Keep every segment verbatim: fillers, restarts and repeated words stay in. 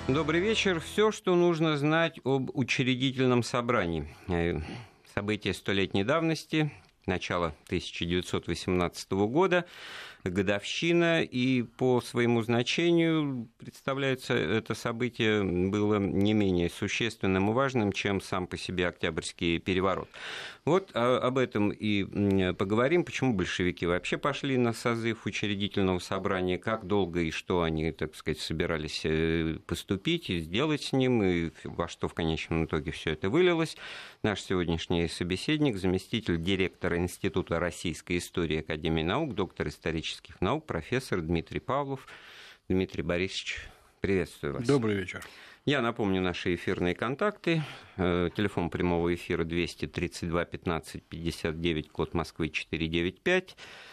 Добрый вечер. Все, что нужно знать об учредительном собрании. События столетней давности, начало тысяча девятьсот восемнадцатого года, годовщина, и по своему значению, представляется, это событие было не менее существенным и важным, чем сам по себе Октябрьский переворот. Вот об этом и поговорим, почему большевики вообще пошли на созыв учредительного собрания, как долго и что они, так сказать, собирались поступить и сделать с ним, и во что в конечном итоге все это вылилось. Наш сегодняшний собеседник, заместитель директора Института российской истории Академии наук, доктор исторических наук, профессор Дмитрий Павлов. Дмитрий Борисович, приветствую вас. Добрый вечер. Я напомню наши эфирные контакты. Телефон прямого эфира двести тридцать два пятнадцать пятьдесят девять, код Москвы четыреста девяносто пять.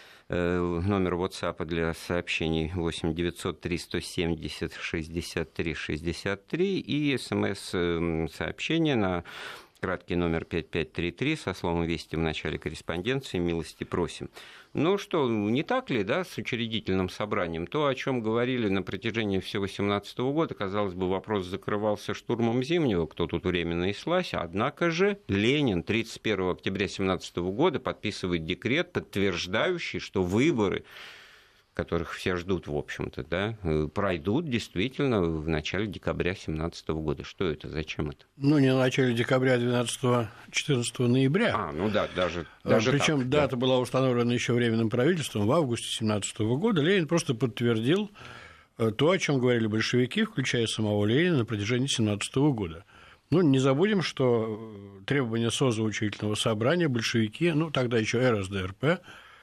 Номер WhatsApp для сообщений восемь девятьсот три сто семьдесят шестьдесят три шестьдесят три и смс-сообщение на краткий номер пять пять три три со словом «Вести» в начале корреспонденции. Милости просим. Ну что, не так ли, да, с учредительным собранием? То, о чем говорили на протяжении всего восемнадцатого года, казалось бы, вопрос закрывался штурмом Зимнего, кто тут временно и слазь. Однако же Ленин тридцать первого октября семнадцатого года подписывает декрет, подтверждающий, что выборы, которых все ждут, в общем-то, да, пройдут действительно в начале декабря семнадцатого года. Что это? Зачем это? Ну, не в начале декабря, а двенадцатого-четырнадцатого ноября. А, ну да, даже, даже Причем так, дата да. была установлена еще Временным правительством в августе семнадцатого года. Ленин просто подтвердил то, о чем говорили большевики, включая самого Ленина, на протяжении семнадцатого года. Ну, не забудем, что требования созыва учредительного собрания большевики, ну, тогда еще эр эс дэ эр пэ,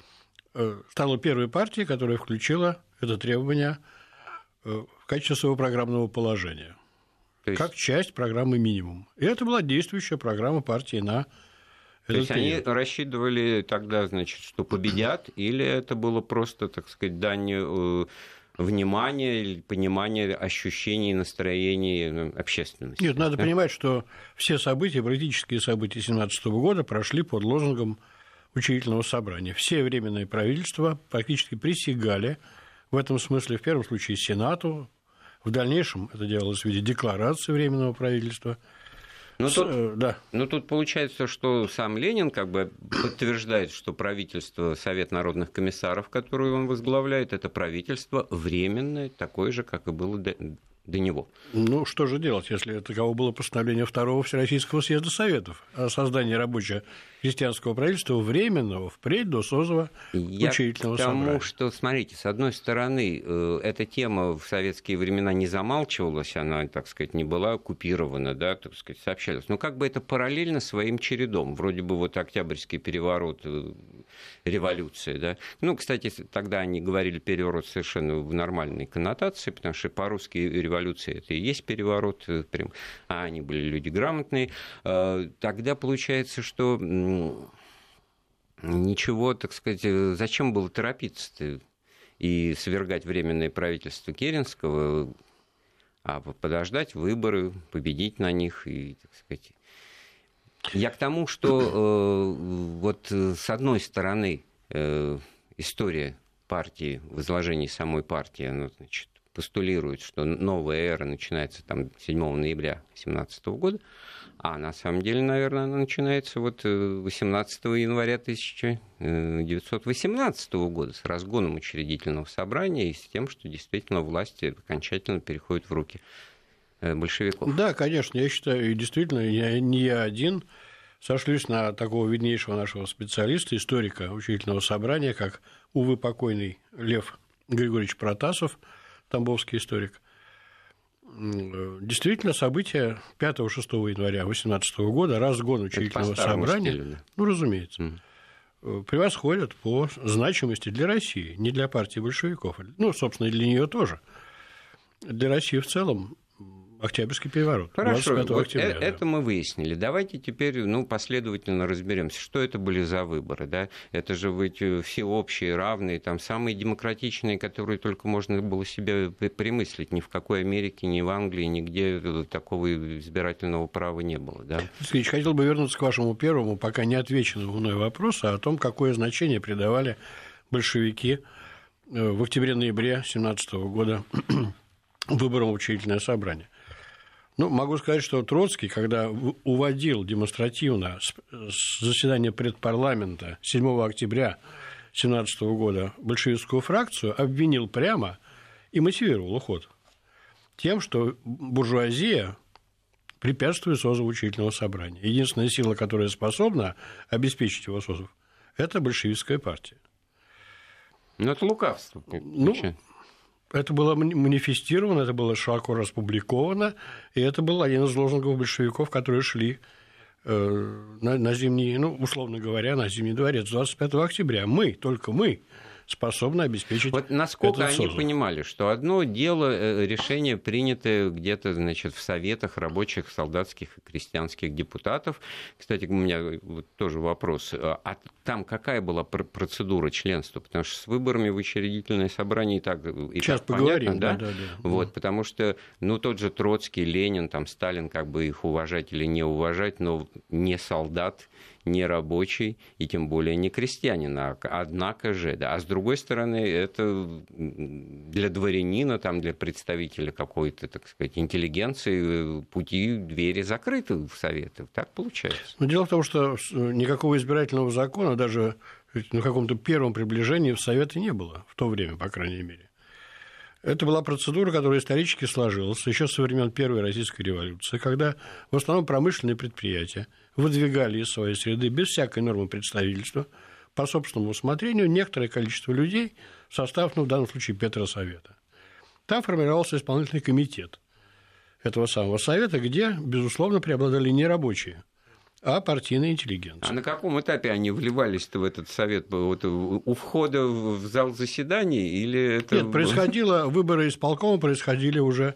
стала первой партией, которая включила это требование в качестве своего программного положения, есть... как часть программы «Минимум». И это была действующая программа партии на То этот есть период. Они рассчитывали тогда, значит, что победят, или это было просто, так сказать, дань внимания или понимания ощущений, настроений общественности? Нет, надо понимать, что все события, политические события семнадцатого года прошли под лозунгом учредительного собрания. Все временные правительства практически присягали в этом смысле, в первом случае, Сенату, в дальнейшем это делалось в виде декларации временного правительства. Ну, С, тут, э, да. ну, тут получается, что сам Ленин как бы подтверждает, что правительство, Совет народных комиссаров, которое он возглавляет, это правительство временное, такое же, как и было до, до него. Ну, что же делать, если таково было постановление Второго Всероссийского съезда Советов о создании рабочего крестьянского правительства временного впредь до созыва учредительного собрания. Потому что, смотрите, с одной стороны, эта тема в советские времена не замалчивалась, она, так сказать, не была оккупирована, да, так сказать, сообщалась. Но как бы это параллельно своим чередом. Вроде бы вот Октябрьский переворот, революция, да. Ну, кстати, тогда они говорили переворот совершенно в нормальной коннотации, потому что по-русски революция это и есть переворот, а они были люди грамотные. Тогда получается, что ничего, так сказать, зачем было торопиться-то и свергать временное правительство Керенского, а подождать выборы, победить на них и, так сказать. Я к тому, что э, вот с одной стороны э, история партии, в изложении самой партии, она, значит, постулирует, что новая эра начинается там седьмого ноября две тысячи семнадцатого года, а на самом деле, наверное, она начинается вот восемнадцатого января тысяча девятьсот восемнадцатого года с разгоном учредительного собрания и с тем, что действительно власть окончательно переходит в руки большевиков. Да, конечно, я считаю, и действительно, я, не я один, сошлюсь на такого виднейшего нашего специалиста, историка учредительного собрания, как, увы, покойный Лев Григорьевич Протасов, тамбовский историк. Действительно, события пятого-шестого января две тысячи восемнадцатого года, разгон учредительного собрания, стилю, да? Ну, разумеется, mm. превосходят по значимости для России, не для партии большевиков, ну, собственно, и для нее тоже. Для России в целом Октябрьский переворот. Хорошо, вот октября, это да. мы выяснили. Давайте теперь ну, последовательно разберемся, что это были за выборы. Да? Это же ведь все общие, равные, там, самые демократичные, которые только можно было себе примыслить. Ни в какой Америке, ни в Англии, нигде такого избирательного права не было. Да? Ильич, хотел бы вернуться к вашему первому, пока не отвеченному мной вопросу о том, какое значение придавали большевики в октябре-ноябре две тысячи семнадцатого года выборам в учредительное собрание. Ну, могу сказать, что Троцкий, когда уводил демонстративно с заседания предпарламента седьмого октября тысяча девятьсот семнадцатого года большевистскую фракцию, обвинил прямо и мотивировал уход тем, что буржуазия препятствует созыву учительного собрания. Единственная сила, которая способна обеспечить его созыв, это большевистская партия. Ну, это лукавство. Ну, это было манифестировано, это было широко распубликовано, и это был один из лозунгов большевиков, которые шли э, на, на зимний, ну, условно говоря, на Зимний дворец двадцать пятого октября. Мы, только мы способны обеспечить вот насколько этот они созыв. Понимали, что одно дело решение, принятое где-то, значит, в советах рабочих, солдатских и крестьянских депутатов. Кстати, у меня вот тоже вопрос. А там какая была процедура членства? Потому что с выборами в учредительное собрание и так, и Сейчас так поговорим, понятно, да? Да, да, да. Вот, потому что, ну, тот же Троцкий, Ленин, там, Сталин, как бы их уважать или не уважать, но не солдат, не рабочий и тем более не крестьянин, однако же, да. А с другой стороны, это для дворянина, там, для представителя какой-то, так сказать, интеллигенции пути, двери закрыты в Советы. Так получается. Но дело в том, что никакого избирательного закона даже на каком-то первом приближении в Советы не было, в то время, по крайней мере. Это была процедура, которая исторически сложилась еще со времен Первой Российской революции, когда в основном промышленные предприятия выдвигали из своей среды без всякой нормы представительства по собственному усмотрению некоторое количество людей в состав, ну, в данном случае, Петросовета. Там формировался исполнительный комитет этого самого совета, где, безусловно, преобладали не рабочие, а партийная интеллигенция. А на каком этапе они вливались-то в этот совет? Вот у входа в зал заседаний или это... Нет, происходило, выборы исполкома происходили уже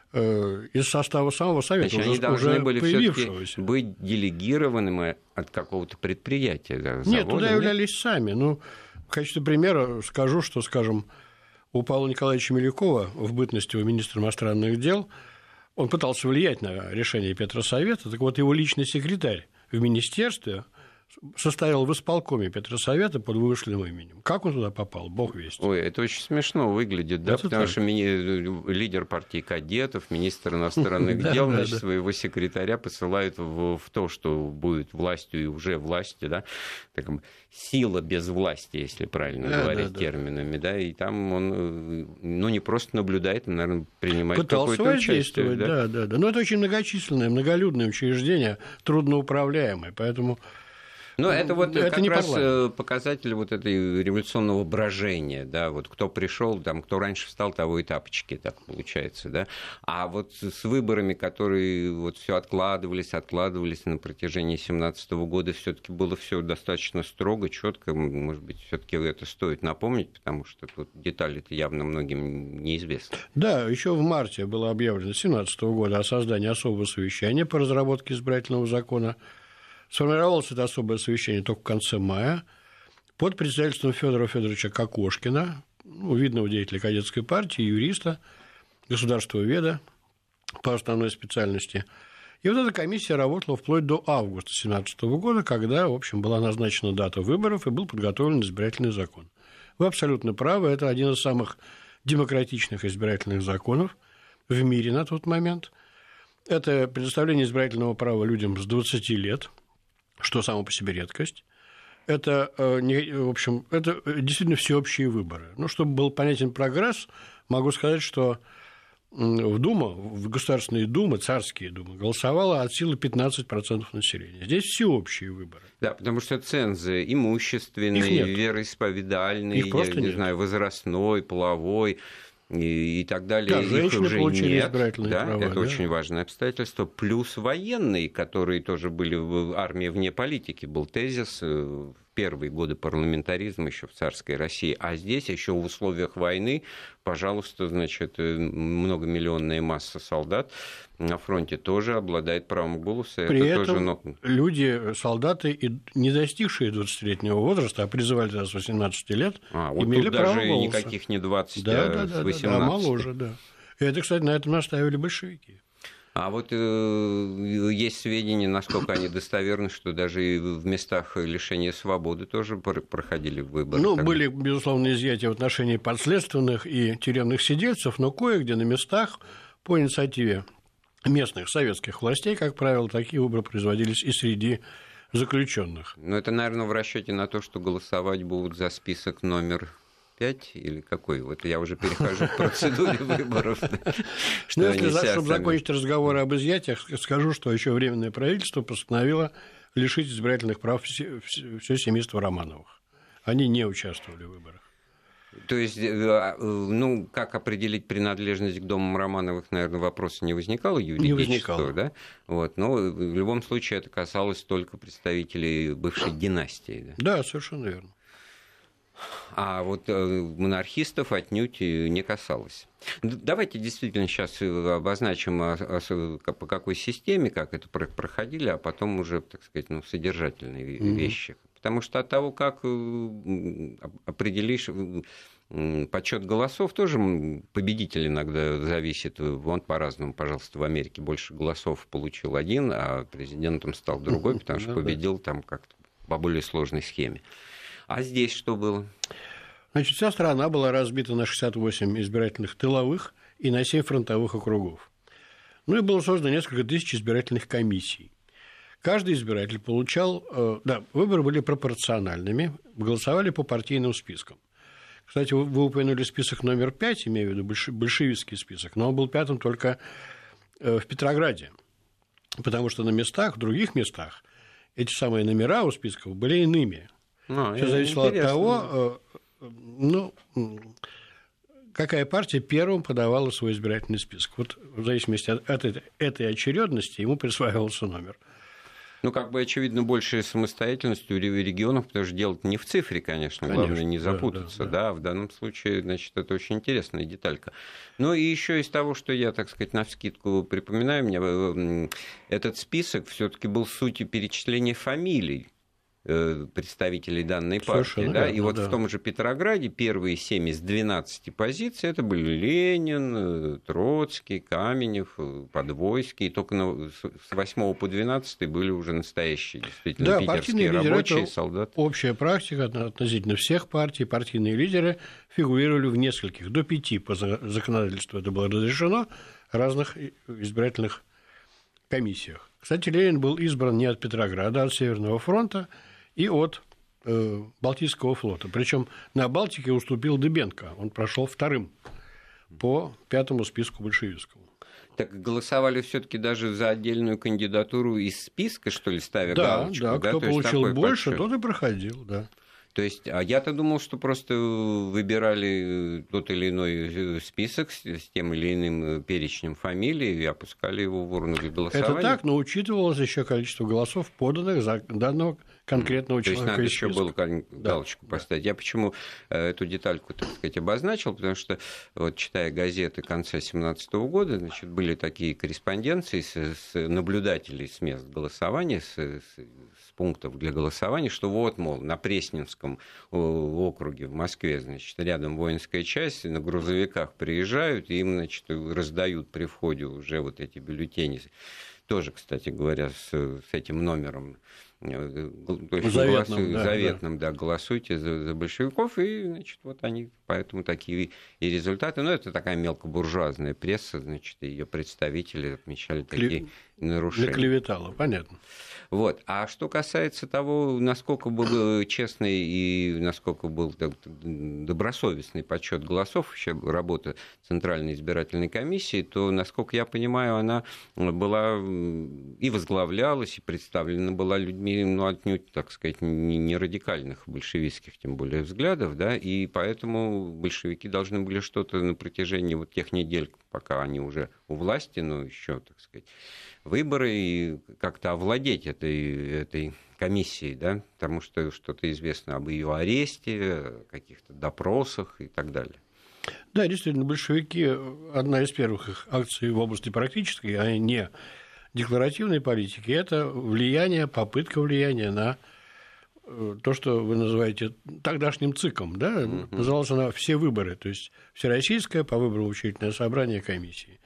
э, из состава самого совета, Значит, уже, они должны уже были появившегося. Быть делегированными от какого-то предприятия, да, завода? Нет, туда нет? являлись сами. Ну, в качестве примера скажу, что, скажем, у Павла Николаевича Милюкова в бытности его министра иностранных дел он пытался влиять на решение Петросовета, так вот его личный секретарь в министерстве состоял в исполкоме Петросовета под вымышленным именем. Как он туда попал? Бог весть. Ой, это очень смешно выглядит, да, это потому так. что мини... лидер партии кадетов, министр иностранных дел, значит, своего секретаря посылают в то, что будет властью и уже властью, да, так, сила без власти, если правильно да, говорить да, терминами, да, и там он, ну, не просто наблюдает, он, наверное, принимает Пытался какое-то участие. Да? Да, да, да. Но это очень многочисленное, многолюдное учреждение, трудноуправляемое, поэтому... Но это вот это как не раз парламент. показатель вот этой революционного брожения, да, вот кто пришел, там, кто раньше встал, того и тапочки, так получается, да. А вот с выборами, которые вот все откладывались, откладывались на протяжении семнадцатого года, все-таки было все достаточно строго, четко, может быть, все-таки это стоит напомнить, потому что тут детали-то явно многим неизвестны. Да, еще в марте было объявлено семнадцатого года о создании особого совещания по разработке избирательного закона. Сформировалось это особое совещание только в конце мая под председательством Федора Федоровича Кокошкина, ну, видного деятеля кадетской партии, юриста, государствоведа по основной специальности. И вот эта комиссия работала вплоть до августа две тысячи семнадцатого года, когда, в общем, была назначена дата выборов и был подготовлен избирательный закон. Вы абсолютно правы, это один из самых демократичных избирательных законов в мире на тот момент. Это предоставление избирательного права людям с двадцати лет, что само по себе редкость. Это, в общем, это действительно всеобщие выборы. Ну, чтобы был понятен прогресс, могу сказать, что в Думу, в Государственные Думы, царские Думы, голосовало от силы пятнадцать процентов населения. Здесь всеобщие выборы. Да, потому что цензы имущественные, вероисповедальные, я не знаю, возрастной, половой и, и так далее. Да, их женщины уже получили нет, избирательные да, права. это да. очень важное обстоятельство. Плюс военные, которые тоже были в армии вне политики, был тезис в первые годы парламентаризма еще в царской России. А здесь еще в условиях войны, пожалуйста, значит, многомиллионная масса солдат на фронте тоже обладает правом голоса. При это этом тоже... люди, солдаты, и не достигшие двадцатилетнего возраста, а призывали тогда с восемнадцати лет, а, вот имели тут право даже голоса. никаких не двадцать, да, а да, с да, восемнадцати. Да, да, моложе, да. И это, кстати, на этом настаивали большевики. А вот э, есть сведения, насколько они достоверны, что даже и в местах лишения свободы тоже проходили выборы. Ну, тогда. Были, безусловно, изъятия в отношении подследственных и тюремных сидельцев, но кое-где на местах по инициативе местных советских властей, как правило, такие выборы производились и среди заключенных. Но это, наверное, в расчете на то, что голосовать будут за список номер пять или какой? Вот я уже перехожу к процедуре выборов. Ну, если, чтобы закончить разговор об изъятиях, скажу, что еще Временное правительство постановило лишить избирательных прав все, все семейство Романовых. Они не участвовали в выборах. То есть, ну, как определить принадлежность к дому Романовых, наверное, вопроса не возникало юридического, не возникало. Да? Вот, но в любом случае это касалось только представителей бывшей династии. Да, да, совершенно верно. А вот монархистов отнюдь не касалось. Давайте действительно сейчас обозначим, по какой системе, как это проходили, а потом уже, так сказать, ну, содержательные mm-hmm. вещи. Потому что от того, как определишь подсчет голосов, тоже победитель иногда зависит. Вон по-разному, пожалуйста, в Америке больше голосов получил один, а президентом стал другой, потому что победил там как-то по более сложной схеме. А здесь что было? Значит, вся страна была разбита на шестьдесят восемь избирательных тыловых и на семь фронтовых округов. Ну и было создано несколько тысяч избирательных комиссий. Каждый избиратель получал... Да, выборы были пропорциональными, голосовали по партийным спискам. Кстати, вы упомянули список номер пять, имею в виду большевистский список, но он был пятым только в Петрограде, потому что на местах, в других местах эти самые номера у списков были иными. Ну, все зависело интересно. От того, ну, какая партия первым подавала свой избирательный список. Вот в зависимости от этой, этой очередности ему присваивался номер. Ну, как бы, очевидно, большая самостоятельность у регионов, потому что дело не в цифре, конечно, конечно, главное не запутаться, да, да, да. да, в данном случае, значит, это очень интересная деталька. Ну, и еще из того, что я, так сказать, навскидку припоминаю, мне этот список все-таки был сутью перечисления фамилий представителей данной партии. Да? И вот да. в том же Петрограде первые семь из двенадцати позиций это были Ленин, Троцкий, Каменев, Подвойский. И только на, с восьмого по двенадцатый были уже настоящие действительно да, питерские рабочие, солдаты. Общая практика относительно всех партий. Партийные лидеры фигурировали в нескольких, до пяти по законодательству это было разрешено, разных избирательных комиссиях. Кстати, Ленин был избран не от Петрограда, а от Северного фронта и от э, Балтийского флота. Причем на Балтике уступил Дыбенко. Он прошел вторым по пятому списку большевистскому. Так голосовали все-таки даже за отдельную кандидатуру из списка, что ли, ставя да, галочку? Да, да, кто То получил больше, подсчёт. Тот и проходил, да. То есть, а я-то думал, что просто выбирали тот или иной список с, с тем или иным перечнем фамилий и опускали его в урну для голосования. Это так, но учитывалось еще количество голосов, поданных за данного конкретного mm. человека. То есть, надо еще было галочку да. поставить. Да. Я почему эту детальку, так сказать, обозначил, потому что, вот, читая газеты конца семнадцатого года, значит, были такие корреспонденции с, с наблюдателей с мест голосования, с, с, с пунктов для голосования, что вот, мол, на Пресненском округе в Москве, значит, рядом воинская часть, на грузовиках приезжают, и им, значит, раздают при входе уже вот эти бюллетени. Тоже, кстати говоря, с, с этим номером. То есть заветным, голосуй, да, заветным да. Да, голосуйте за, за большевиков, и, значит, вот они, поэтому такие и результаты. Но это такая мелкобуржуазная пресса, значит, ее представители отмечали такие Кле... нарушения. Наклеветало, понятно. Вот. А что касается того, насколько был честный и насколько был добросовестный подсчет голосов, еще работа Центральной избирательной комиссии, то, насколько я понимаю, она была и возглавлялась, и представлена была людьми, ну, отнюдь, так сказать, не радикальных большевистских, тем более, взглядов, да, и поэтому большевики должны были что-то на протяжении вот тех недель, пока они уже у власти, но еще, так сказать, выборы, и как-то овладеть этой, этой комиссией, да, потому что что-то известно об ее аресте, каких-то допросах и так далее. Да, действительно, большевики, одна из первых их акций в области практической, а не декларативной политики, это влияние, попытка влияния на то, что вы называете тогдашним ЦИКом, да, uh-huh. называлась она «Все выборы», то есть Всероссийское по выбору учредительное собрание комиссии.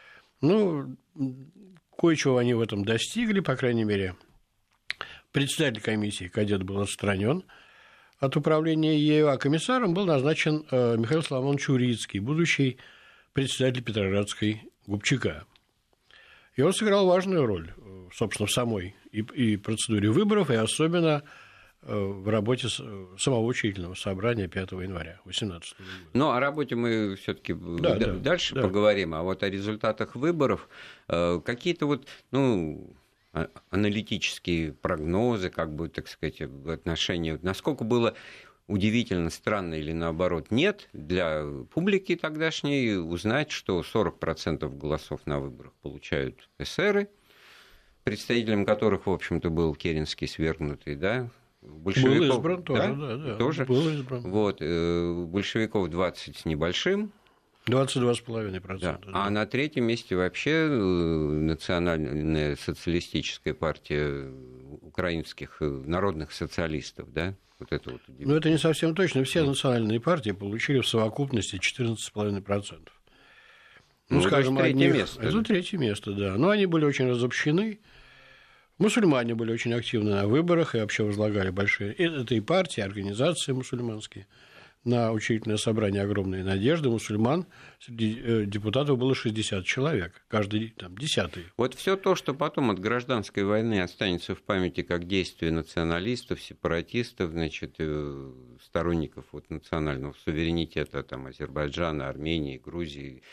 Ну, кое-чего они в этом достигли, по крайней мере, председатель комиссии кадет был отстранен от управления ею, а комиссаром был назначен Михаил Соломонович Урицкий, будущий председатель Петроградской ГУПЧК. И И он сыграл важную роль, собственно, в самой и, и процедуре выборов, и особенно в работе самого учредительного собрания пятого января две тысячи восемнадцатого года. Ну, о работе мы все-таки да, д- да, дальше да. поговорим, а вот о результатах выборов какие-то вот, ну, аналитические прогнозы, как бы, так сказать, в отношении, насколько было удивительно, странно или наоборот нет для публики тогдашней узнать, что сорок процентов голосов на выборах получают эсеры, представителем которых, в общем-то, был Керенский свергнутый, да, большевиков, был избран тоже, да, да, да, тоже. Был избран. Вот, э, большевиков двадцать с небольшим. двадцать два с половиной процента. Да. А на третьем месте вообще национальная социалистическая партия украинских народных социалистов, да? Вот это вот Но это не совсем точно. Все национальные партии получили в совокупности четырнадцать с половиной процентов. Ну, ну, скажем, третье одних... место. Это третье место, да. Но они были очень разобщены. Мусульмане были очень активны на выборах и вообще возлагали большие... Это и партии, и организации мусульманские. На учредительное собрание огромные надежды. Мусульман среди депутатов было шестьдесят человек. Каждый там десятый. Вот все то, что потом от гражданской войны останется в памяти как действие националистов, сепаратистов, значит, сторонников вот национального суверенитета там, Азербайджана, Армении, Грузии,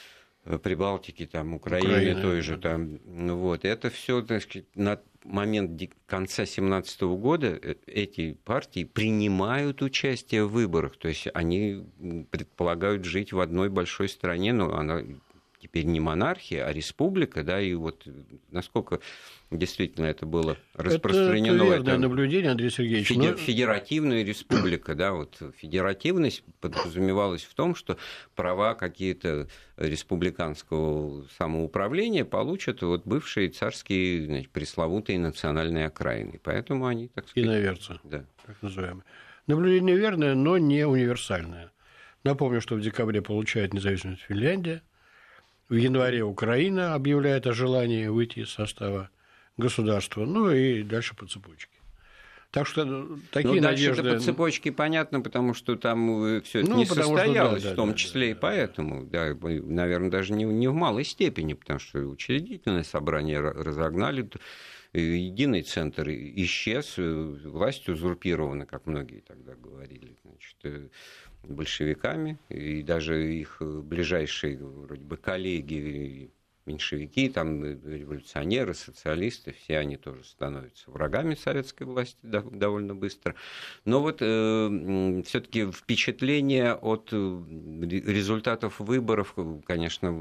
Прибалтики, там, Украины, Украина, той же, там, вот, это все, так сказать, на момент конца семнадцатого года эти партии принимают участие в выборах, то есть они предполагают жить в одной большой стране, но она теперь не монархия, а республика, да, и вот насколько действительно это было распространено. Это верное это наблюдение, Андрей Сергеевич. Феди... Но... Федеративная республика, да, вот федеративность подразумевалась в том, что права какие-то республиканского самоуправления получат вот бывшие царские, значит, пресловутые национальные окраины, поэтому они, так сказать... Иноверцы, да. так называемые. Наблюдение верное, но не универсальное. Напомню, что в декабре получает независимость Финляндия, в январе Украина объявляет о желании выйти из состава государства, ну и дальше по цепочке. Так что такие ну, надежды... дальше по цепочке понятно, потому что там все это ну, не состоялось, что, да, в том да, числе да, и поэтому, да, наверное, даже не, не в малой степени, потому что учредительное собрание разогнали, единый центр исчез, власть узурпирована, как многие тогда говорили, значит, большевиками, и даже их ближайшие вроде бы коллеги, меньшевики, там, революционеры, социалисты, все они тоже становятся врагами советской власти довольно быстро. Но вот э, все-таки впечатление от результатов выборов, конечно,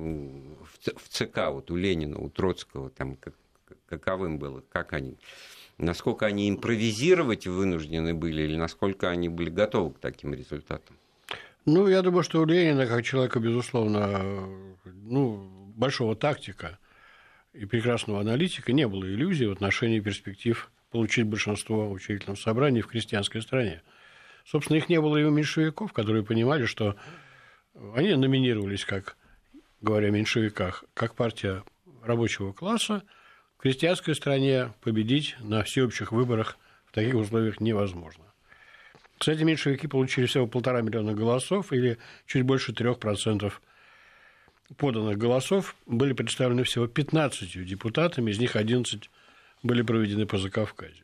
в ЦК, вот у Ленина, у Троцкого, там, как, каковым было, как они... Насколько они импровизировать вынуждены были, или насколько они были готовы к таким результатам? Ну, я думаю, что у Ленина, как человека, безусловно, ну, большого тактика и прекрасного аналитика, не было иллюзий в отношении перспектив получить большинство в учредительном собрании в крестьянской стране. Собственно, их не было и у меньшевиков, которые понимали, что они номинировались, как, говоря о меньшевиках, как партия рабочего класса. В крестьянской стране победить на всеобщих выборах в таких условиях невозможно. Кстати, меньшевики получили всего полтора миллиона голосов, или чуть больше трех процентов поданных голосов были представлены всего пятнадцатью депутатами, из них одиннадцать были проведены по Закавказью.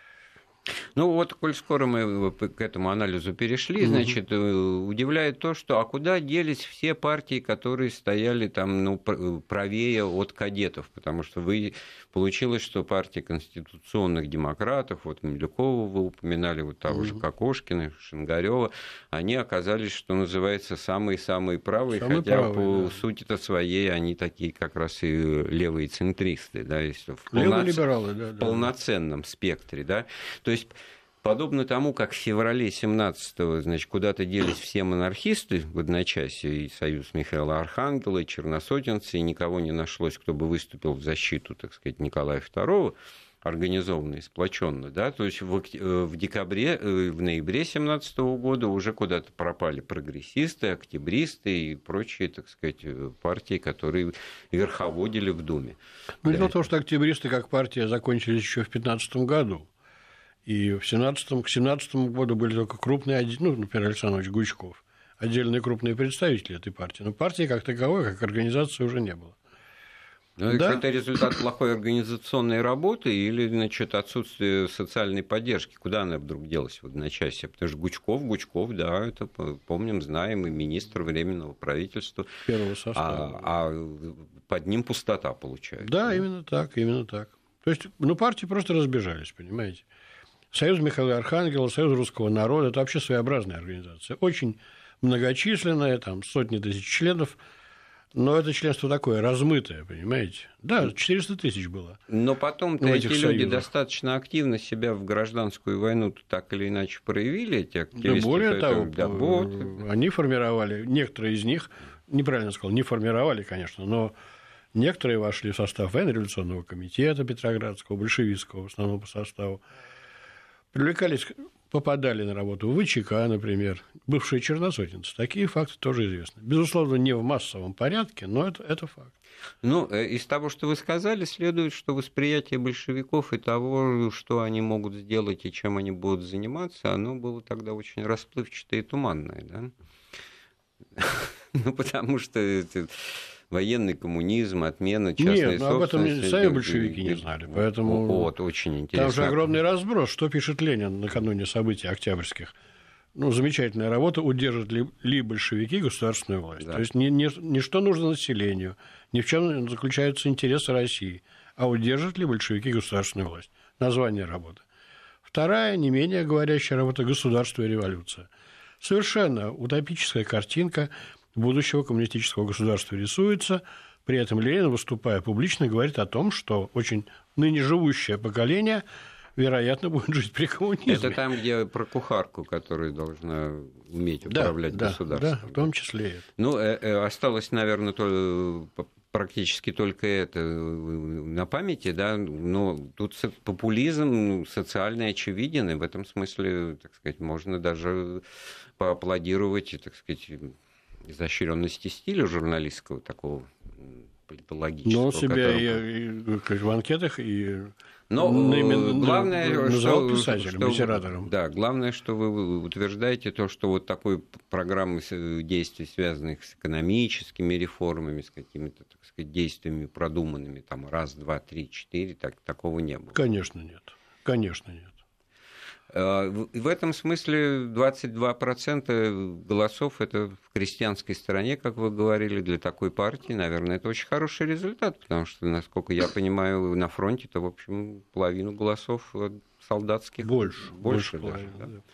Ну вот, коль скоро мы к этому анализу перешли, значит, удивляет то, что а куда делись все партии, которые стояли там, ну, правее от кадетов, потому что вы... получилось, что партия конституционных демократов, вот Милюкова вы упоминали, вот того же Кокошкина, Шингарёва, они оказались, что называется, самые-самые правые, самые хотя правые, по да. сути-то своей они такие как раз и левые центристы, да, если в, Левые полноц... либералы, да, в да, полноценном спектре, да, то есть подобно тому, как в феврале семнадцатого, значит, куда-то делись все монархисты в одночасье, и союз Михаила Архангела, и черносотенцы, и никого не нашлось, кто бы выступил в защиту, так сказать, Николая второго, организованно и сплоченно, да, то есть в, в декабре, в ноябре семнадцатого года уже куда-то пропали прогрессисты, октябристы и прочие, так сказать, партии, которые верховодили в Думе. Ну, дело в том, что октябристы как партия закончились еще в пятнадцатом году. И в семнадцатом, к семнадцатому году были только крупные, ну, например, Александр Ильич Гучков, отдельные крупные представители этой партии. Но партии как таковой, как организации уже не было. Ну, да? Это результат плохой организационной работы или, значит, отсутствие социальной поддержки? Куда она вдруг делась в одночасье? Потому что Гучков, Гучков, да, это помним, знаем, и министр Временного правительства. Первого состава. А, а под ним пустота получается. Да, именно так, именно так. То есть, ну, партии просто разбежались, понимаете. Союз Михаила Архангела, Союз русского народа – это вообще своеобразная организация. Очень многочисленная, там сотни тысяч членов. Но это членство такое, размытое, понимаете? Да, четыреста тысяч было. Но потом-то эти люди союзах. достаточно активно себя в гражданскую войну так или иначе проявили, эти активисты. Да более того, да, вот. они формировали, некоторые из них, неправильно сказал, не формировали, конечно, но некоторые вошли в состав военно-революционного комитета Петроградского, большевистского, в основном по составу. Привлекались, попадали на работу в ВЧК, например, бывшие черносотенцы. Такие факты тоже известны. Безусловно, не в массовом порядке, но это, это факт. Ну, из того, что вы сказали, следует, что восприятие большевиков и того, что они могут сделать и чем они будут заниматься, оно было тогда очень расплывчатое и туманное, да? Ну, потому что... военный коммунизм, отмена частной Нет, ну, об этом сами большевики не знали, поэтому вот, очень интересно. Там же огромный разброс. Что пишет Ленин накануне событий октябрьских? Ну, замечательная работа, удержат ли, ли большевики государственную власть. Да. То есть, не, не, не что нужно населению, ни в чем заключаются интересы России, а удержат ли большевики государственную власть. Название работы. Вторая, не менее говорящая работа «Государство и революция». Совершенно утопическая картинка будущего коммунистического государства рисуется. При этом Ленин, выступая публично, говорит о том, что очень ныне живущее поколение, вероятно, будет жить при коммунизме. Это там, где про кухарку, которая должна уметь управлять да, государством. Да, в том числе. Ну, осталось, наверное, то, практически только это на памяти, да, но тут популизм социальный очевиден, и в этом смысле, так сказать, можно даже поаплодировать, так сказать, изощренности стиля журналистского, такого политологического. Но он себя которым... и, и, в анкетах и Но наимен... главное, называл что, писателем, что, литератором. Да, главное, что вы утверждаете то, что вот такой программы действий, связанных с экономическими реформами, с какими-то, так сказать, действиями продуманными, там, раз, два, три, четыре, так, такого не было. Конечно, нет. Конечно, нет. В этом смысле двадцать два процента голосов это в крестьянской стороне, как вы говорили, для такой партии, наверное, это очень хороший результат, потому что, насколько я понимаю, на фронте-то, в общем, половину голосов солдатских. Больше. Больше, больше даже. Половины, да.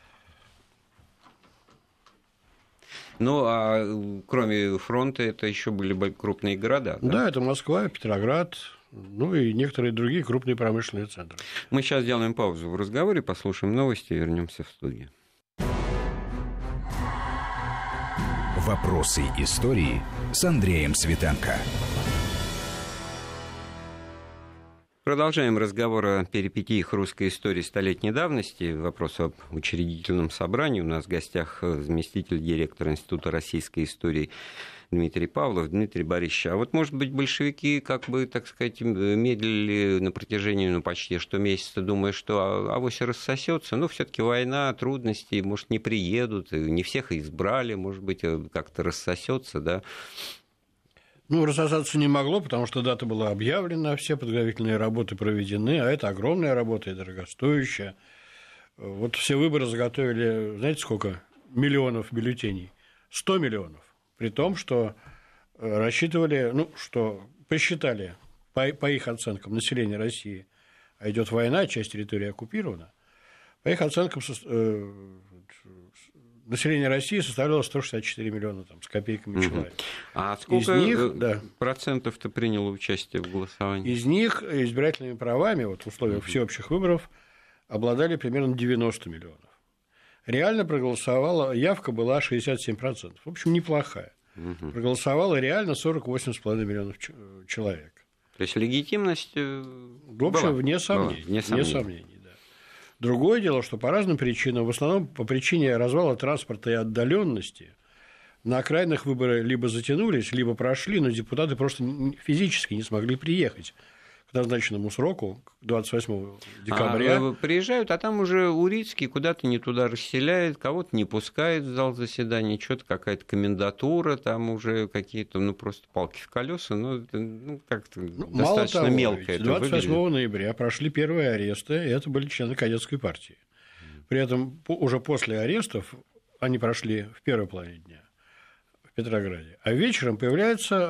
Ну, а кроме фронта, это еще были крупные города. Да, да это Москва, Петроград. Ну и некоторые другие крупные промышленные центры. Мы сейчас сделаем паузу в разговоре, послушаем новости и вернемся в студию. Вопросы истории с Андреем Светенко. Продолжаем разговор о перипетиях русской истории столетней давности. Вопрос об учредительном собрании. У нас в гостях заместитель директора Института российской истории Дмитрий Павлов. Дмитрий Борисович, а вот, может быть, большевики, как бы, так сказать, медлили на протяжении, ну, почти что месяца, думая, что авось рассосется, но все-таки война, трудности, может, не приедут, не всех избрали, может быть, как-то рассосется, да? Ну, рассосаться не могло, потому что дата была объявлена, все подготовительные работы проведены, а это огромная работа и дорогостоящая. Вот все выборы заготовили, знаете, сколько? Миллионов бюллетеней. сто миллионов. При том, что рассчитывали, ну, что посчитали, по, по их оценкам, население России, а идет война, часть территории оккупирована, по их оценкам, э, население России составляло сто шестьдесят четыре миллиона там, с копейками человек. А сколько из них, да, процентов-то приняло участие в голосовании? Из них избирательными правами, вот в условиях uh-huh. всеобщих выборов, обладали примерно девяносто миллионов. Реально проголосовала, явка была шестьдесят семь процентов. В общем, неплохая. Uh-huh. Проголосовало реально сорок восемь с половиной миллионов человек. То есть легитимность в общем, вне сомнений. Вне сомнений. Вне сомнений, да. Другое дело, что по разным причинам, в основном по причине развала транспорта и отдаленности, на окраинах выборы либо затянулись, либо прошли, но депутаты просто физически не смогли приехать к назначенному сроку, двадцать восьмого декабря. А, приезжают, а там уже Урицкий куда-то не туда расселяет, кого-то не пускает в зал заседаний, что-то какая-то комендатура, там уже какие-то, ну, просто палки в колеса, ну, ну как-то ну, достаточно того, мелко это двадцать восьмого ноября прошли первые аресты, и это были члены кадетской партии. При этом уже после арестов они прошли в первой половине дня в Петрограде, а вечером появляется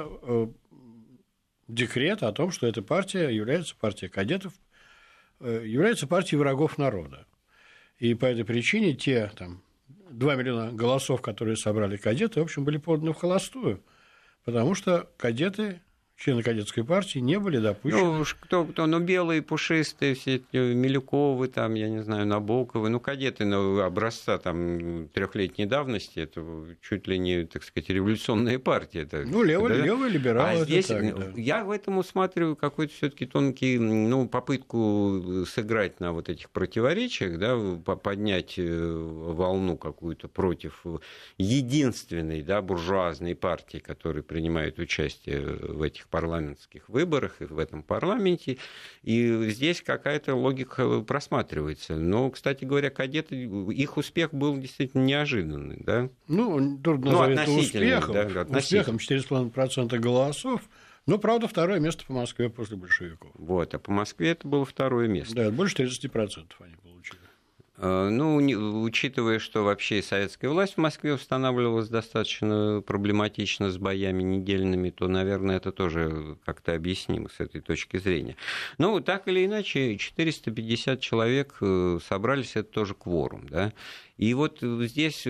декрет о том, что эта партия является партией кадетов, является партией врагов народа. И по этой причине те там, два миллиона голосов, которые собрали кадеты, в общем, были поданы в холостую, потому что кадеты, члены кадетской партии, не были допущены. Ну, уж кто, кто, ну, белые, пушистые, все эти Милюковы, там, я не знаю, Набоковы, ну, кадеты ну, образца там трехлетней давности, это чуть ли не, так сказать, революционная партия. Это, ну, левые, да? левые либералы. А здесь так, да. Я в этом усматриваю какой-то все-таки тонкий, ну, попытку сыграть на вот этих противоречиях, да, поднять волну какую-то против единственной, да, буржуазной партии, которая принимает участие в этих парламентских выборах и в этом парламенте, и здесь какая-то логика просматривается. Но, кстати говоря, кадеты, их успех был действительно неожиданный, да? Ну, трудно ну, назвать это успехом, да, успехом четыре с половиной процента голосов, но, правда, второе место по Москве после большевиков. Вот, а по Москве это было второе место. Да, больше тридцать процентов они получили. Ну, не, учитывая, что вообще советская власть в Москве устанавливалась достаточно проблематично с боями недельными, то, наверное, это тоже как-то объяснимо с этой точки зрения. Ну, так или иначе, четыреста пятьдесят человек собрались, это тоже кворум, да. И вот здесь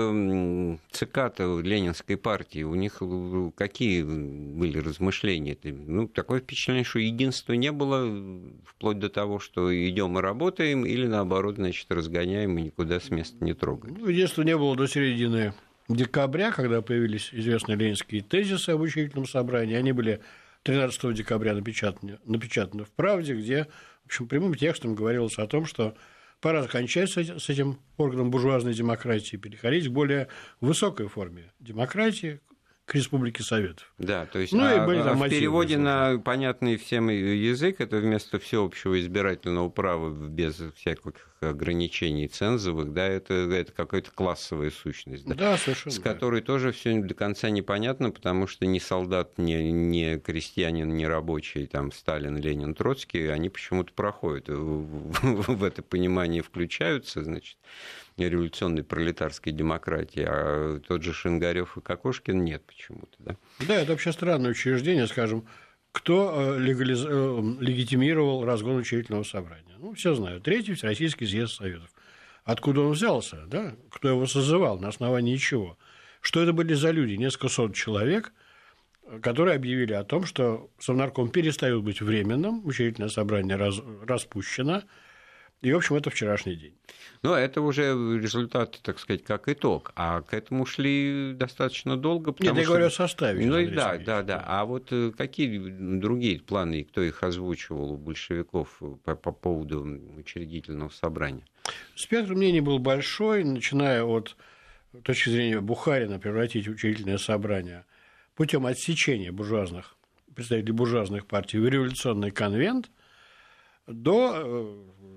в ЦК-то Ленинской партии у них какие были размышления? Ну, такое впечатление, что единства не было, вплоть до того, что идем и работаем, или наоборот, значит, разгоняем и никуда с места не трогаем. Ну, единства не было до середины декабря, когда появились известные ленинские тезисы об учредительном собрании. Они были тринадцатого декабря напечатаны, напечатаны в «Правде», где, в общем, прямым текстом говорилось о том, что пора заканчивать с этим органом буржуазной демократии, переходить к более высокой форме демократии, к Республике Советов. Да, то есть ну, а, и были там в переводе мотивы, на понятный всем язык это вместо всеобщего избирательного права без всяких ограничений цензовых, да, это, это какая-то классовая сущность, да, да, совершенно, с которой да. тоже все до конца непонятно, потому что ни солдат, ни, ни крестьянин, ни рабочий, там, Сталин, Ленин, Троцкий, они почему-то проходят, в, в это понимание включаются, значит, революционной пролетарской демократии, а тот же Шингарев и Кокошкин нет почему-то, да? Да, это вообще странное учреждение, скажем, кто легализ... легитимировал разгон учредительного собрания? Ну, все знают. Третий Всероссийский съезд Советов. Откуда он взялся, да? Кто его созывал, на основании чего? Что это были за люди? Несколько сот человек, которые объявили о том, что Совнарком перестает быть временным, учредительное собрание раз... распущено. И, в общем, это вчерашний день. Ну, это уже результат, так сказать, как итог. А к этому шли достаточно долго. Нет, я что... говорю о составе. Ну, да, да, да. А вот какие другие планы, и кто их озвучивал у большевиков по, по поводу учредительного собрания? Спектр мнений был большой, начиная от точки зрения Бухарина превратить учредительное собрание путем отсечения буржуазных, представителей буржуазных партий в революционный конвент, до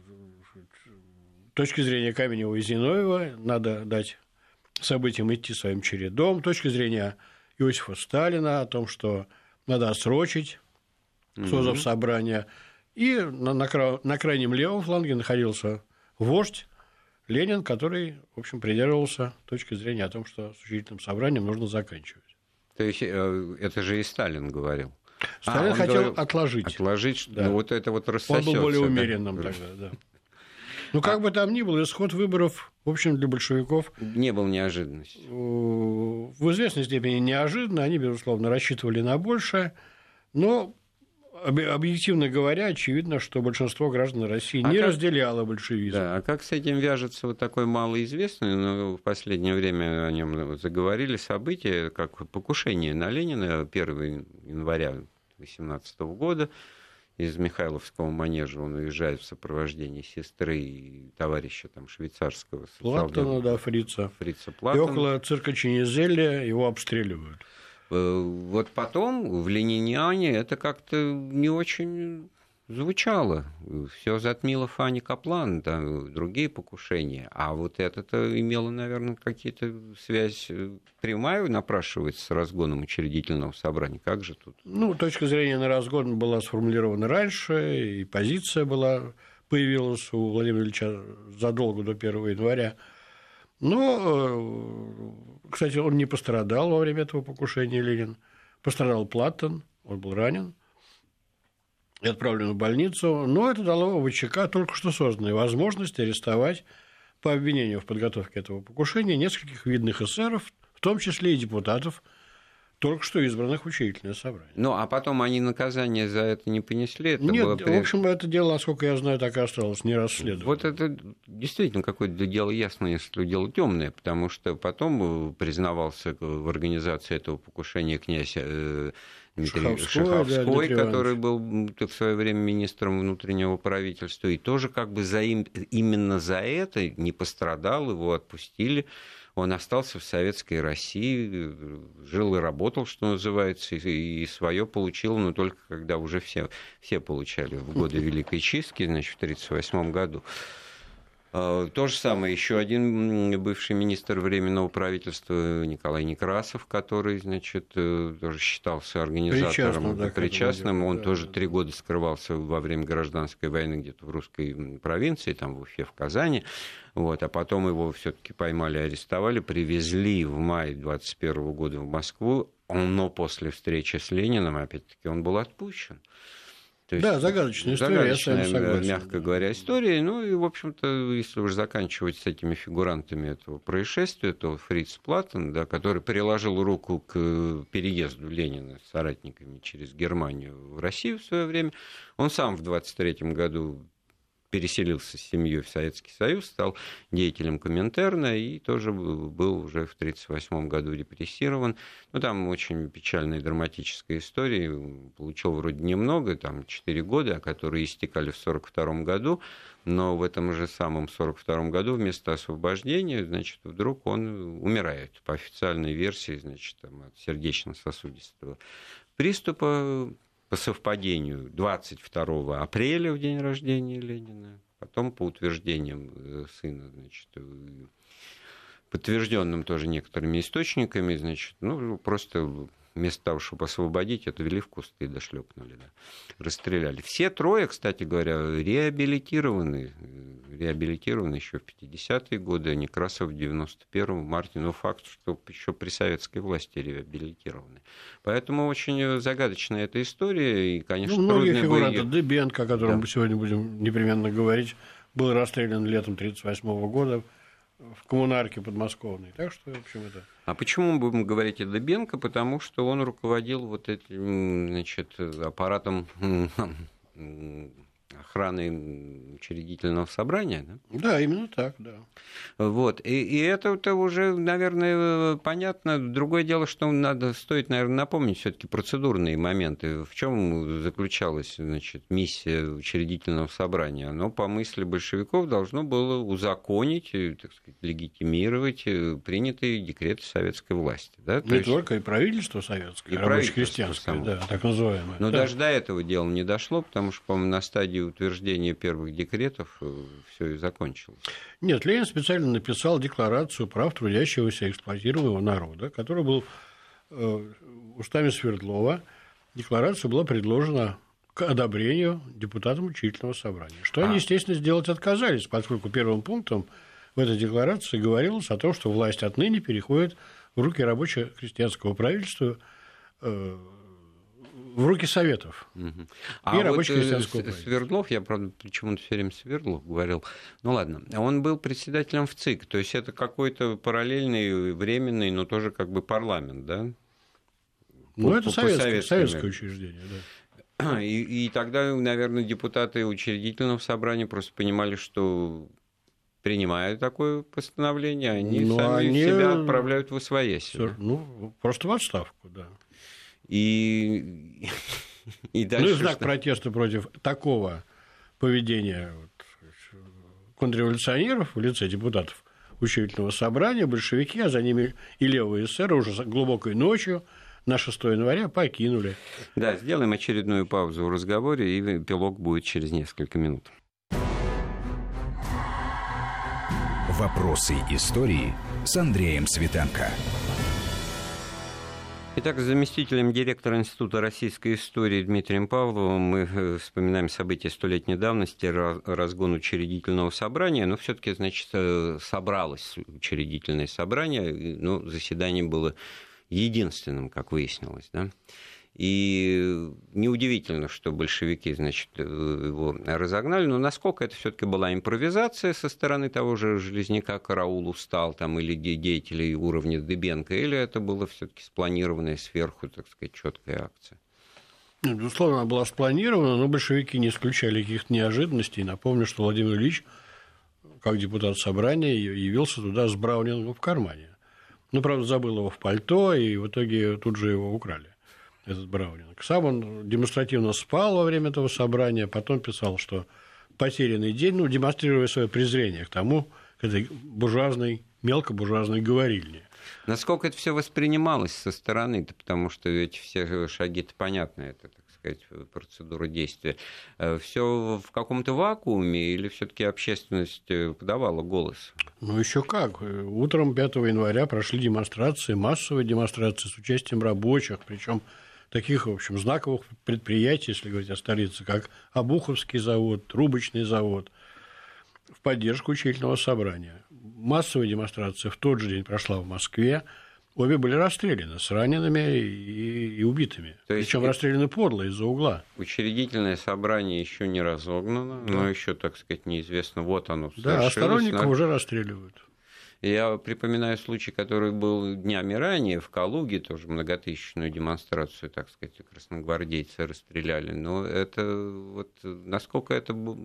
точки зрения Каменева и Зиновьева, надо дать событиям идти своим чередом, точки зрения Иосифа Сталина о том, что надо отсрочить созыв собрания. И на, на, на крайнем левом фланге находился вождь Ленин, который, в общем, придерживался точки зрения о том, что с учредительным собранием нужно заканчивать. То есть это же и Сталин говорил. Сталин а, хотел говорил, отложить. Отложить, да. ну вот это вот рассосётся. Он был более да? умеренным тогда, да. Ну, как а... бы там ни было, исход выборов, в общем, для большевиков... Не был неожиданностью. В известной степени неожиданно. Они, безусловно, рассчитывали на большее. Но, объективно говоря, очевидно, что большинство граждан России а не как... разделяло большевизм. Да, а как с этим вяжется вот такой малоизвестный, но в последнее время о нем заговорили, событие, как покушение на Ленина первого января две тысячи восемнадцатого года. Из Михайловского манежа он уезжает в сопровождении сестры и товарища там, швейцарского. Платтона, да, фрица. Фрица Платтона. И около цирка Чинизелли его обстреливают. Вот потом в Лениниане это как-то не очень звучало. Все затмило Фанни Каплан, да, другие покушения. А вот это-то имело, наверное, какие-то связь прямая, напрашивается с разгоном учредительного собрания. Как же тут? Ну, точка зрения на разгон была сформулирована раньше, и позиция была, появилась у Владимира Ильича задолго до первого января. Но, кстати, он не пострадал во время этого покушения, Ленин. Пострадал Платтон, он был ранен и отправлен в больницу, но это дало ВЧК только что созданной возможность арестовать по обвинению в подготовке этого покушения нескольких видных эсеров, в том числе и депутатов, только что избранных в учредительное собрание. Ну, а потом они наказание за это не понесли? Это Нет, было... в общем, это дело, насколько я знаю, так и осталось не расследовано. Вот это действительно какое-то дело ясное, если дело темное, потому что потом признавался в организации этого покушения князь Дмитрий Шаховской, Шаховской, да, который был в свое время министром внутреннего правительства, и тоже как бы за им, именно за это не пострадал, его отпустили. Он остался в советской России, жил и работал, что называется, и свое получил, но только когда уже все, все получали в годы Великой Чистки, значит, в тысяча девятьсот тридцать восьмом году. То же самое, еще один бывший министр Временного правительства Николай Некрасов, который, значит, тоже считался организатором, причастным, да, причастным. Он да, тоже да. три года скрывался во время гражданской войны где-то в русской провинции, там в Уфе, в Казани. Вот, а потом его все-таки поймали, арестовали, привезли в мае двадцать первого года в Москву, но после встречи с Лениным, опять-таки, он был отпущен. То есть, да, загадочная история, загадочная, я с вами согласен. Мягко говоря, история. Ну и, в общем-то, если уж заканчивать с этими фигурантами этого происшествия, то Фриц Платтон, да, который приложил руку к переезду Ленина с соратниками через Германию в Россию в свое время, он сам в двадцать третьем году переселился с семьей в Советский Союз, стал деятелем Коминтерна и тоже был уже в тысяча девятьсот тридцать восьмом году репрессирован. Ну, там очень печальная драматическая история. Получил вроде немного, там четыре года, которые истекали в сорок втором году, но в этом же самом сорок втором году вместо освобождения, значит, вдруг он умирает. По официальной версии, значит, там, от сердечно-сосудистого приступа. По совпадению двадцать второго апреля, в день рождения Ленина, потом по утверждениям сына, значит, подтвержденным тоже некоторыми источниками, значит, ну, просто вместо того, чтобы освободить, отвели в кусты и дошлепнули, да, расстреляли. Все трое, кстати говоря, реабилитированы, реабилитированы еще в пятидесятые годы, а Некрасов в девяносто первом, Мартин, но факт, что еще при советской власти реабилитированы. Поэтому очень загадочная эта история, и, конечно, ну, трудно многие фигуранты, ее... Дыбенко, о котором да. мы сегодня будем непременно говорить, был расстрелян летом тысяча девятьсот тридцать восьмого года в коммунарке подмосковной. Так что, в общем, это... А почему мы будем говорить о Дыбенко? Потому что он руководил вот этим, значит, аппаратом охраны учредительного собрания, да? Да, именно так, да. Вот. И, и это уже, наверное, понятно. Другое дело, что надо, стоит, наверное, напомнить все-таки процедурные моменты. В чем заключалась, значит, миссия учредительного собрания? Оно, по мысли большевиков, должно было узаконить, так сказать, легитимировать принятые декреты советской власти. Да? Не есть... только и правительство советское, и рабоче-крестьянское, да, так называемое. Но да. даже до этого дела не дошло, потому что, по-моему, на стадии утверждения первых декретов все и закончилось. Нет, Ленин специально написал декларацию прав трудящегося и эксплуатируемого народа, которая была э, устами Свердлова. Декларация была предложена к одобрению депутатам учредительного собрания. Что а. они, естественно, сделать отказались, поскольку первым пунктом в этой декларации говорилось о том, что власть отныне переходит в руки рабоче-крестьянского правительства, э, в руки советов угу. и а рабоче-крестьянского вот правительства. Свердлов, я, правда, почему-то все время Свердлов говорил, ну ладно, он был председателем в ЦИК, то есть это какой-то параллельный, временный, но тоже как бы парламент, да? Ну, по, это по советское, советское учреждение, да. И, и тогда, наверное, депутаты учредительного собрания просто понимали, что, принимая такое постановление, они но сами они... себя отправляют в освоясье. Ну, просто в отставку, да. И, и дальше... Ну, и в знак что... протеста против такого поведения вот, контрреволюционеров в лице депутатов учредительного собрания большевики, а за ними и левые эсеры уже глубокой ночью на шестого января покинули. Да, сделаем очередную паузу в разговоре, и эпилог будет через несколько минут. Вопросы истории с Андреем Светенко. Итак, с заместителем директора Института российской истории Дмитрием Павловым мы вспоминаем события столетней давности, разгон учредительного собрания. Но все-таки, значит, собралось учредительное собрание, но заседание было единственным, как выяснилось, да. И неудивительно, что большевики, значит, его разогнали, но насколько это все-таки была импровизация со стороны того же Железняка, Караул устал, там, или деятелей уровня Дыбенко, или это было все-таки спланированная сверху, так сказать, четкая акция? Безусловно, она была спланирована, но большевики не исключали каких-то неожиданностей. Напомню, что Владимир Ильич, как депутат собрания, явился туда с браунингом в кармане. Ну, правда, забыл его в пальто, и в итоге тут же его украли, этот браунинг. Сам он демонстративно спал во время этого собрания, потом писал, что потерянный день, ну, демонстрируя свое презрение к тому, к этой буржуазной, мелкобуржуазной говорильне. Насколько это все воспринималось со стороны-то, потому что эти все шаги-то понятны, это, так сказать, процедура действия. Все в каком-то вакууме или все-таки общественность подавала голос? Ну, еще как. Утром пятого января прошли демонстрации, массовые демонстрации с участием рабочих, причем таких, в общем, знаковых предприятий, если говорить о столице, как Обуховский завод, Трубочный завод, в поддержку учредительного собрания. Массовая демонстрация в тот же день прошла в Москве. Обе были расстреляны с ранеными и, и убитыми. Причем и... расстреляны подло из-за угла. Учредительное собрание еще не разогнано, да. Но еще, так сказать, неизвестно, вот оно совершилось. Да, а сторонников на... уже расстреливают. Я припоминаю случай, который был днями ранее в Калуге, тоже многотысячную демонстрацию, так сказать, красногвардейцы расстреляли. Но это вот насколько это было...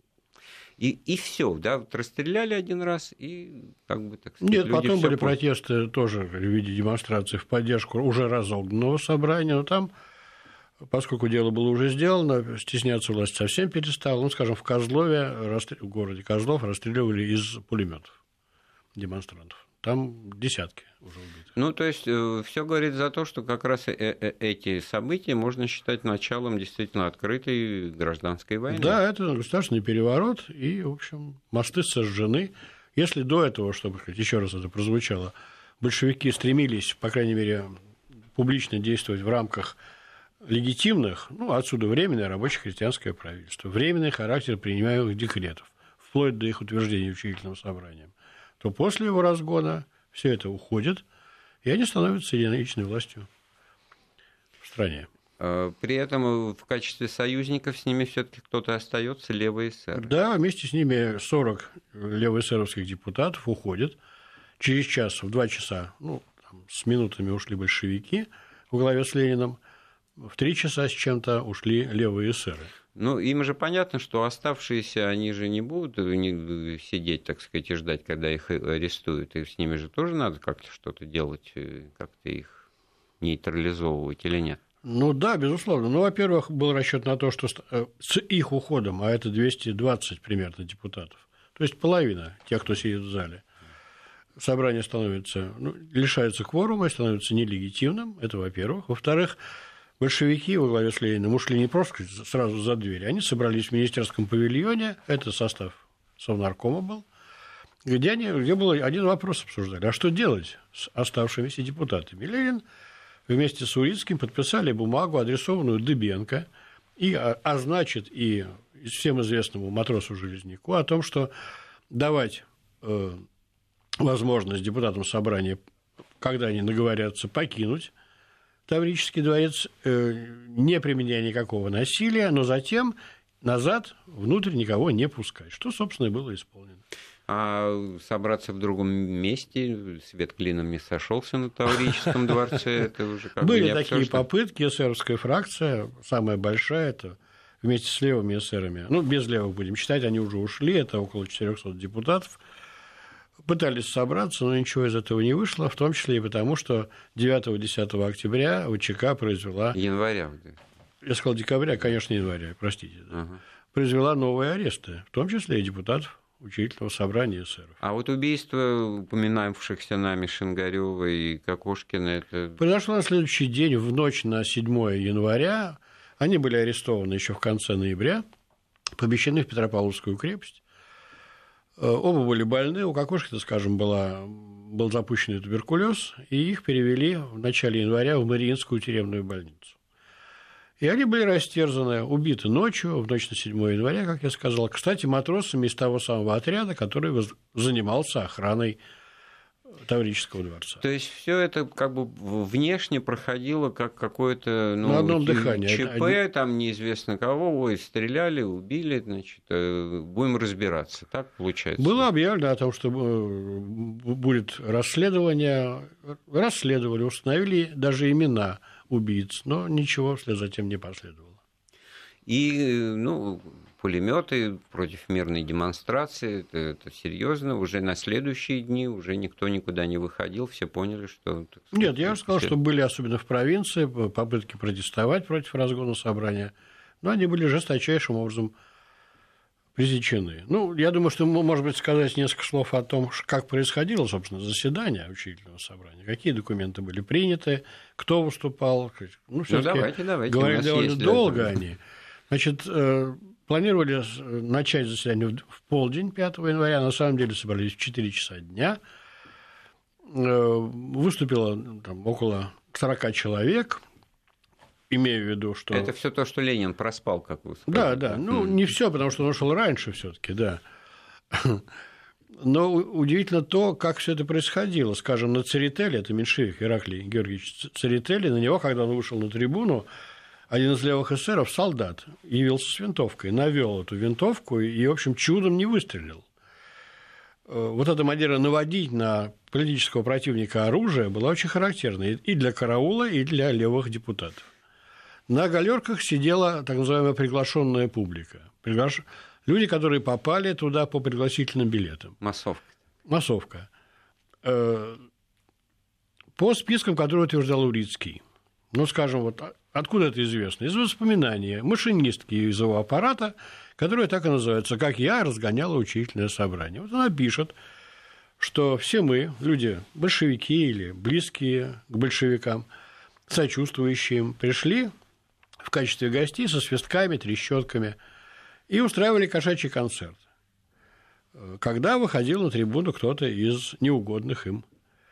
И, и все, да, вот расстреляли один раз, и как бы, так сказать, Нет, потом были поняли. протесты тоже в виде демонстраций в поддержку уже разогнанного собрания, но там, поскольку дело было уже сделано, стесняться власть совсем перестала. Ну, скажем, в Козлове, в городе Козлов, расстреливали из пулеметов демонстрантов. Там десятки уже убиты. Ну, то есть, все говорит за то, что как раз эти события можно считать началом действительно открытой гражданской войны. Да, это государственный переворот, и, в общем, мосты сожжены. Если до этого, чтобы еще раз это прозвучало, большевики стремились, по крайней мере, публично действовать в рамках легитимных, ну, отсюда временное рабочее крестьянское правительство, временный характер принимаемых декретов, вплоть до их утверждения учредительным собранием, то после его разгона все это уходит, и они становятся единоличной властью в стране. При этом в качестве союзников с ними все-таки кто-то остается, левые эсеры. Да, вместе с ними сорок левоэсеровских депутатов уходят. Через час, в два часа, ну, там, с минутами ушли большевики во главе с Лениным, в три часа с чем-то ушли левые эсеры. Ну, им же понятно, что оставшиеся, они же не будут не сидеть, так сказать, и ждать, когда их арестуют. И с ними же тоже надо как-то что-то делать, как-то их нейтрализовывать или нет? Ну да, безусловно. Ну, во-первых, был расчет на то, что с их уходом, а это двести двадцать примерно депутатов, то есть половина тех, кто сидит в зале, собрание становится, ну, лишается кворума и становится нелегитимным, это во-первых. Во-вторых, большевики во главе с Лениным ушли не просто сразу за дверь, они собрались в министерском павильоне, это состав Совнаркома был, где, они, где был один вопрос обсуждали, а что делать с оставшимися депутатами. Ленин вместе с Урицким подписали бумагу, адресованную Дыбенко, и, а, а значит, и всем известному матросу Железняку о том, что давать э, возможность депутатам собрания, когда они наговорятся, покинуть Таврический дворец, э, не применяя никакого насилия, но затем назад внутрь никого не пускать, что, собственно, и было исполнено. А собраться в другом месте, свет клином не сошелся на Таврическом дворце, это уже как бы были такие попытки, эсеровская фракция, самая большая, это вместе с левыми эсерами, ну, без левых будем считать, они уже ушли, это около четырехсот депутатов, пытались собраться, но ничего из этого не вышло, в том числе и потому, что девятого-десятого октября ВЧК произвела... Января. Я сказал декабря, конечно, января, простите. Да. Ага. Произвела новые аресты, в том числе и депутатов учредительного собрания эсеров. А вот убийство упоминавшихся нами Шингарёва и Кокошкина, это... произошло на следующий день, в ночь на седьмое января. Они были арестованы еще в конце ноября, помещены в Петропавловскую крепость. Оба были больны. У Кокошкина, скажем, была, был запущен туберкулез, и их перевели в начале января в Мариинскую тюремную больницу. И они были растерзаны, убиты ночью, в ночь на седьмое января, как я сказал. Кстати, матросами из того самого отряда, который занимался охраной Таврического дворца. То есть все это как бы внешне проходило как какое-то, ну, на одном дыхании. ЧП, Один... там неизвестно кого, ой, стреляли, убили, значит, будем разбираться. Так получается? Было объявлено о том, что будет расследование. Расследовали, установили даже имена убийц, но ничего вслед за тем не последовало. И, ну, пулеметы против мирной демонстрации, это, это серьезно. Уже на следующие дни уже никто никуда не выходил, все поняли, что... Так сказать, нет, я же сказал, все... что были, особенно в провинции, попытки протестовать против разгона собрания, но они были жесточайшим образом пресечены. Ну, я думаю, что, может быть, сказать несколько слов о том, как происходило, собственно, заседание учредительного собрания, какие документы были приняты, кто выступал. Ну, ну давайте, давайте. Говорили довольно долго они. Значит, планировали начать заседание в полдень пятого января, на самом деле собрались в четыре часа дня. Выступило там около сорока человек. Имею в виду, что... Это все то, что Ленин проспал, как вы сказали. Да, да. Ну, не все, потому что он ушел раньше все-таки, да. Но удивительно то, как все это происходило. Скажем, на Церетели, это меньшевик Ираклий Георгиевич Церетели, на него, когда он вышел на трибуну, один из левых эсеров, солдат, явился с винтовкой, навел эту винтовку и, в общем, чудом не выстрелил. Вот эта манера наводить на политического противника оружие была очень характерной и для караула, и для левых депутатов. На галерках сидела так называемая приглашенная публика. Приглаш... Люди, которые попали туда по пригласительным билетам. Массовка. Массовка. По спискам, которые утверждал Урицкий. Ну, скажем, вот откуда это известно? Из воспоминаний машинистки из его аппарата, которая так и называется «Как я разгоняла учредительное собрание». Вот она пишет, что все мы, люди, большевики или близкие к большевикам, сочувствующие им, пришли в качестве гостей со свистками, трещотками и устраивали кошачий концерт, когда выходил на трибуну кто-то из неугодных им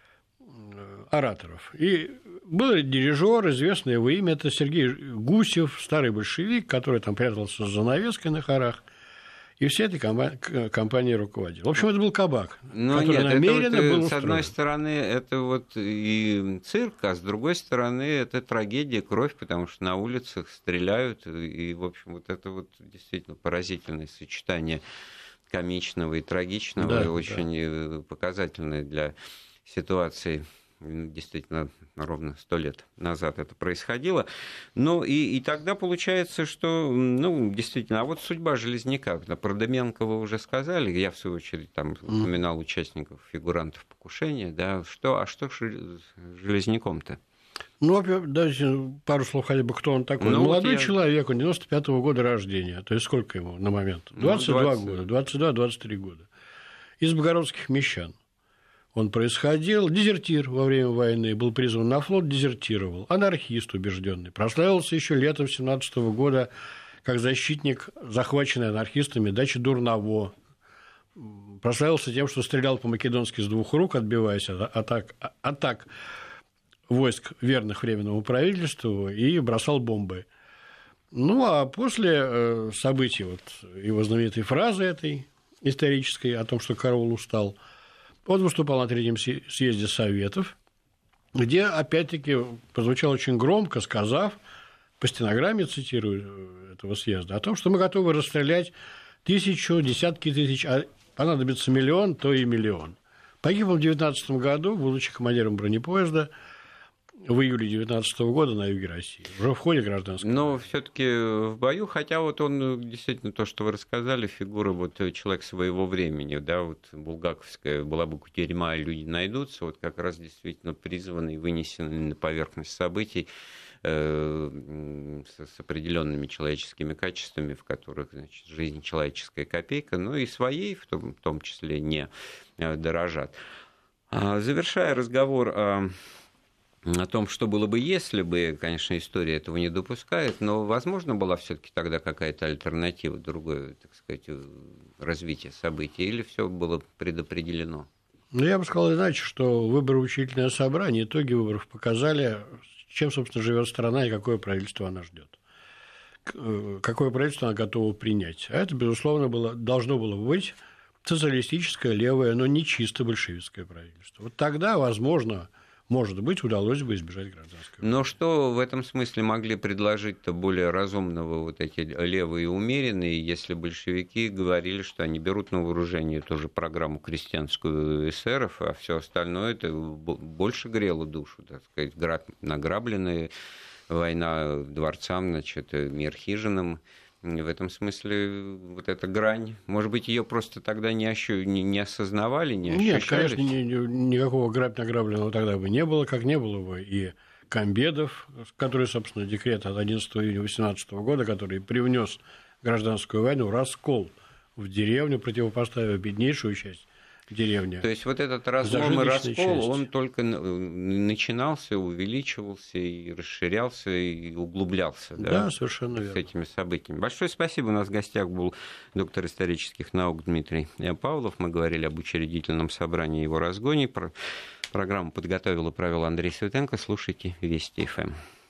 ораторов. И был дирижер, известное его имя, это Сергей Гусев, старый большевик, который там прятался за навеской на хорах, и всей этой компанией руководил. В общем, это был кабак, но который нет, намеренно это вот, был устроен. С одной стороны, это вот и цирк, а с другой стороны, это трагедия, кровь, потому что на улицах стреляют, и, в общем, вот это вот действительно поразительное сочетание комичного и трагичного, да, и очень да. показательное для ситуации. Действительно, ровно сто лет назад это происходило. Ну, и, и тогда получается, что, ну, действительно, а вот судьба Железняка, про Дыменко вы уже сказали, я, в свою очередь, там упоминал участников, фигурантов покушения, да, что, а что с Железняком-то? Ну, давайте пару слов хотя бы, кто он такой. Ну, молодой вот я... человек, он девяносто пятого года рождения, то есть сколько ему на момент? двадцать два ну, двадцать... года, двадцать два - двадцать три года. Из богородских мещан. Он происходил, дезертир во время войны, был призван на флот, дезертировал, анархист убежденный. Прославился еще летом семнадцатого года как защитник захваченной анархистами дачи Дурново. Прославился тем, что стрелял по-македонски с двух рук, отбиваясь от атак, атак войск, верных Временному правительству, и бросал бомбы. Ну, а после событий, вот его знаменитой фразы этой исторической о том, что караул устал, он выступал на третьем съезде Советов, где, опять-таки, прозвучал очень громко, сказав, по стенограмме, цитирую этого съезда, о том, что мы готовы расстрелять тысячу, десятки тысяч, а понадобится миллион, то и миллион. Погиб он в девятнадцатом году, будучи командиром бронепоезда, в июле девятнадцатого года на юге России, уже в ходе гражданской войны. Но все-таки в бою, хотя вот он действительно то, что вы рассказали, фигура вот человек своего времени, да, вот булгаковская, была бы тюрьма, люди найдутся, вот как раз действительно призванный, вынесенный на поверхность событий э, с, с определенными человеческими качествами, в которых, значит, жизнь человеческая копейка, но и своей в том, в том числе не дорожат. Завершая разговор о о том, что было бы, если бы, конечно, история этого не допускает, но, возможно, была все-таки тогда какая-то альтернатива, другое, так сказать, развитие событий, или все было предопределено? Ну, я бы сказал иначе, что выборы учредительное собрание, итоги выборов показали, чем, собственно, живет страна и какое правительство она ждет. Какое правительство она готова принять. А это, безусловно, было, должно было быть социалистическое, левое, но не чисто большевистское правительство. Вот тогда, возможно, может быть, удалось бы избежать гражданской войны. Но что в этом смысле могли предложить-то более разумного вот эти левые и умеренные, если большевики говорили, что они берут на вооружение тоже программу крестьянскую эсеров, а все остальное это больше грело душу, так сказать, награбленная война дворцам, значит, мир хижинам. В этом смысле вот эта грань, может быть, ее просто тогда не, ощу... не, не осознавали, не ощущали? Нет, конечно, ни, никакого грабь награбленного тогда бы не было, как не было бы и комбедов, который, собственно, декрет от одиннадцатого июня две тысячи восемнадцатого года, который привнес гражданскую войну, раскол в деревню, противопоставив беднейшую часть деревни. То есть вот этот разлом и раскол, часть. Он только начинался, увеличивался и расширялся и углублялся. Да, да, совершенно верно. С этими событиями. Большое спасибо. У нас в гостях был доктор исторических наук Дмитрий Павлов. Мы говорили об учредительном собрании и его разгоне. Программу подготовил и провел Андрей Светенко. Слушайте Вести ФМ.